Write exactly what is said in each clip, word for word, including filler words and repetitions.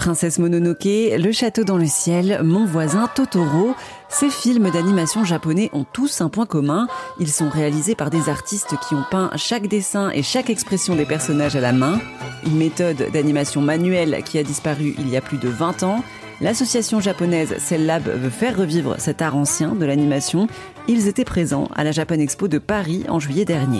Princesse Mononoke, Le Château dans le ciel, Mon voisin Totoro. Ces films d'animation japonais ont tous un point commun. Ils sont réalisés par des artistes qui ont peint chaque dessin et chaque expression des personnages à la main. Une méthode d'animation manuelle qui a disparu il y a plus de vingt ans. L'association japonaise Cell Lab veut faire revivre cet art ancien de l'animation. Ils étaient présents à la Japan Expo de Paris en juillet dernier.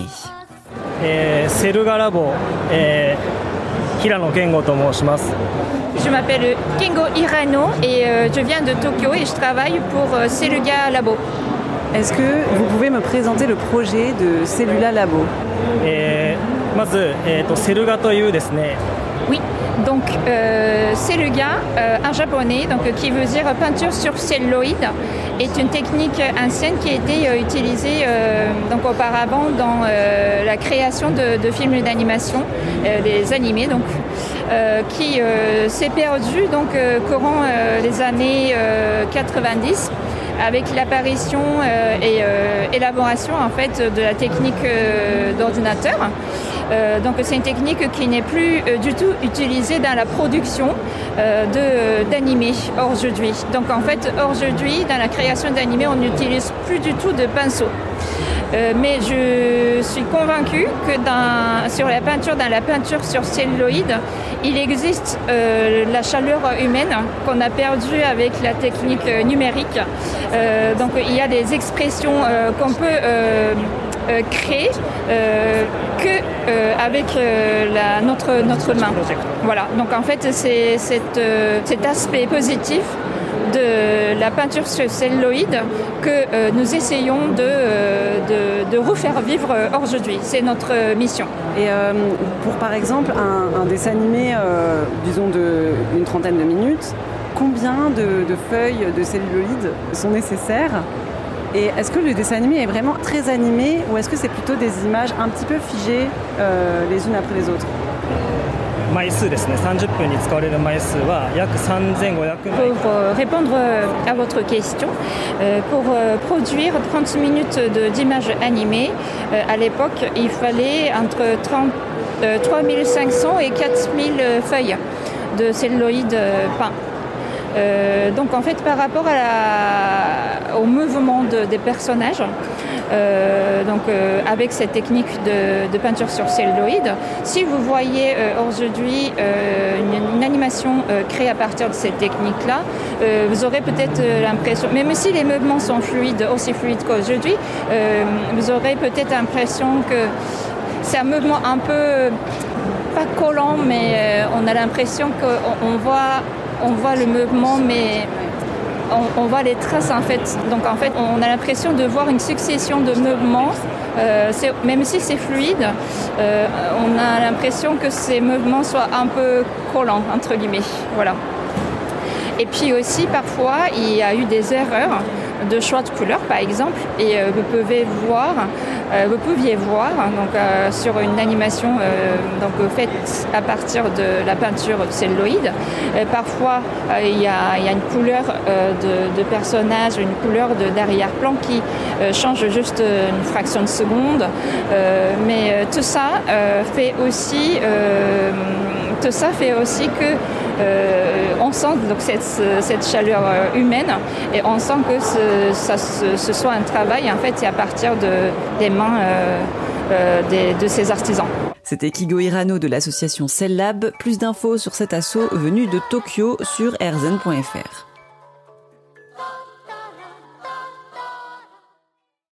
Eh, Seruga Labo, eh, Hirano Kengo to moshimasu. Je m'appelle Kengo Hirano et euh, je viens de Tokyo et je travaille pour euh, Seruga Labo. Est-ce que vous pouvez me présenter le projet de Seruga Labo ? Eh, mazu, eh, to Seruga toいうですね。 Oui, donc euh, Seruga, euh, en japonais, donc, qui veut dire peinture sur celluloïd, est une technique ancienne qui a été euh, utilisée euh, donc, auparavant dans euh, la création de, de films d'animation, euh, des animés, donc, euh, qui euh, s'est perdue donc, euh, courant euh, les années euh, quatre-vingt-dix. Avec l'apparition euh, et euh, élaboration en fait de la technique euh, d'ordinateur. Euh, donc c'est une technique qui n'est plus euh, du tout utilisée dans la production euh, de, euh, d'animés aujourd'hui. Donc en fait aujourd'hui dans la création d'animés on n'utilise plus du tout de pinceau. Euh, mais je suis convaincue que dans, sur la peinture, dans la peinture sur celluloïd, il existe euh, la chaleur humaine qu'on a perdue avec la technique euh, numérique. Euh, donc il y a des expressions euh, qu'on peut euh, euh, créer euh, que euh, avec euh, la, notre, notre main. Voilà. Donc en fait c'est cette, euh, cet aspect positif de la peinture sur celluloïd que euh, nous essayons de, euh, de, de refaire vivre aujourd'hui. C'est notre euh, mission. Et euh, pour par exemple un, un dessin animé, euh, disons d'une trentaine de minutes, combien de, de feuilles de celluloïd sont nécessaires ? Et est-ce que le dessin animé est vraiment très animé ou est-ce que c'est plutôt des images un petit peu figées euh, les unes après les autres ? Pour répondre à votre question, pour produire trente minutes d'images animées, à l'époque, il fallait entre trois mille cinq cents et quatre mille feuilles de celluloïd peint. Euh, donc en fait par rapport à la, au mouvement de, des personnages, euh, donc euh, avec cette technique de, de peinture sur celluloïd, si vous voyez euh, aujourd'hui euh, une, une animation euh, créée à partir de cette technique-là, euh, vous aurez peut-être euh, l'impression, même si les mouvements sont fluides, aussi fluides qu'aujourd'hui, euh, vous aurez peut-être l'impression que c'est un mouvement un peu pas collant, mais euh, on a l'impression qu'on on voit On voit le mouvement, mais on, on voit les traces en fait. Donc en fait, on a l'impression de voir une succession de mouvements. Euh, c'est, même si c'est fluide, euh, on a l'impression que ces mouvements soient un peu collants, entre guillemets. Voilà. Et puis aussi, parfois, il y a eu des erreurs de choix de couleurs, par exemple, et euh, vous pouvez voir, euh, vous pouviez voir donc euh, sur une animation euh, donc faite à partir de la peinture de celluloïd. Euh, parfois, euh, il y a, il y a une couleur euh, de, de personnage, une couleur de d'arrière-plan qui euh, change juste une fraction de seconde. Euh, mais euh, tout ça euh, fait aussi, euh, tout ça fait aussi que Euh, on sent donc cette, cette chaleur humaine et on sent que ce, ça, ce, ce soit un travail en fait à partir de, des mains euh, euh, des, de ces artisans. C'était Kigo Hirano de l'association Cell Lab. Plus d'infos sur cet assaut venu de Tokyo sur erzen point f r.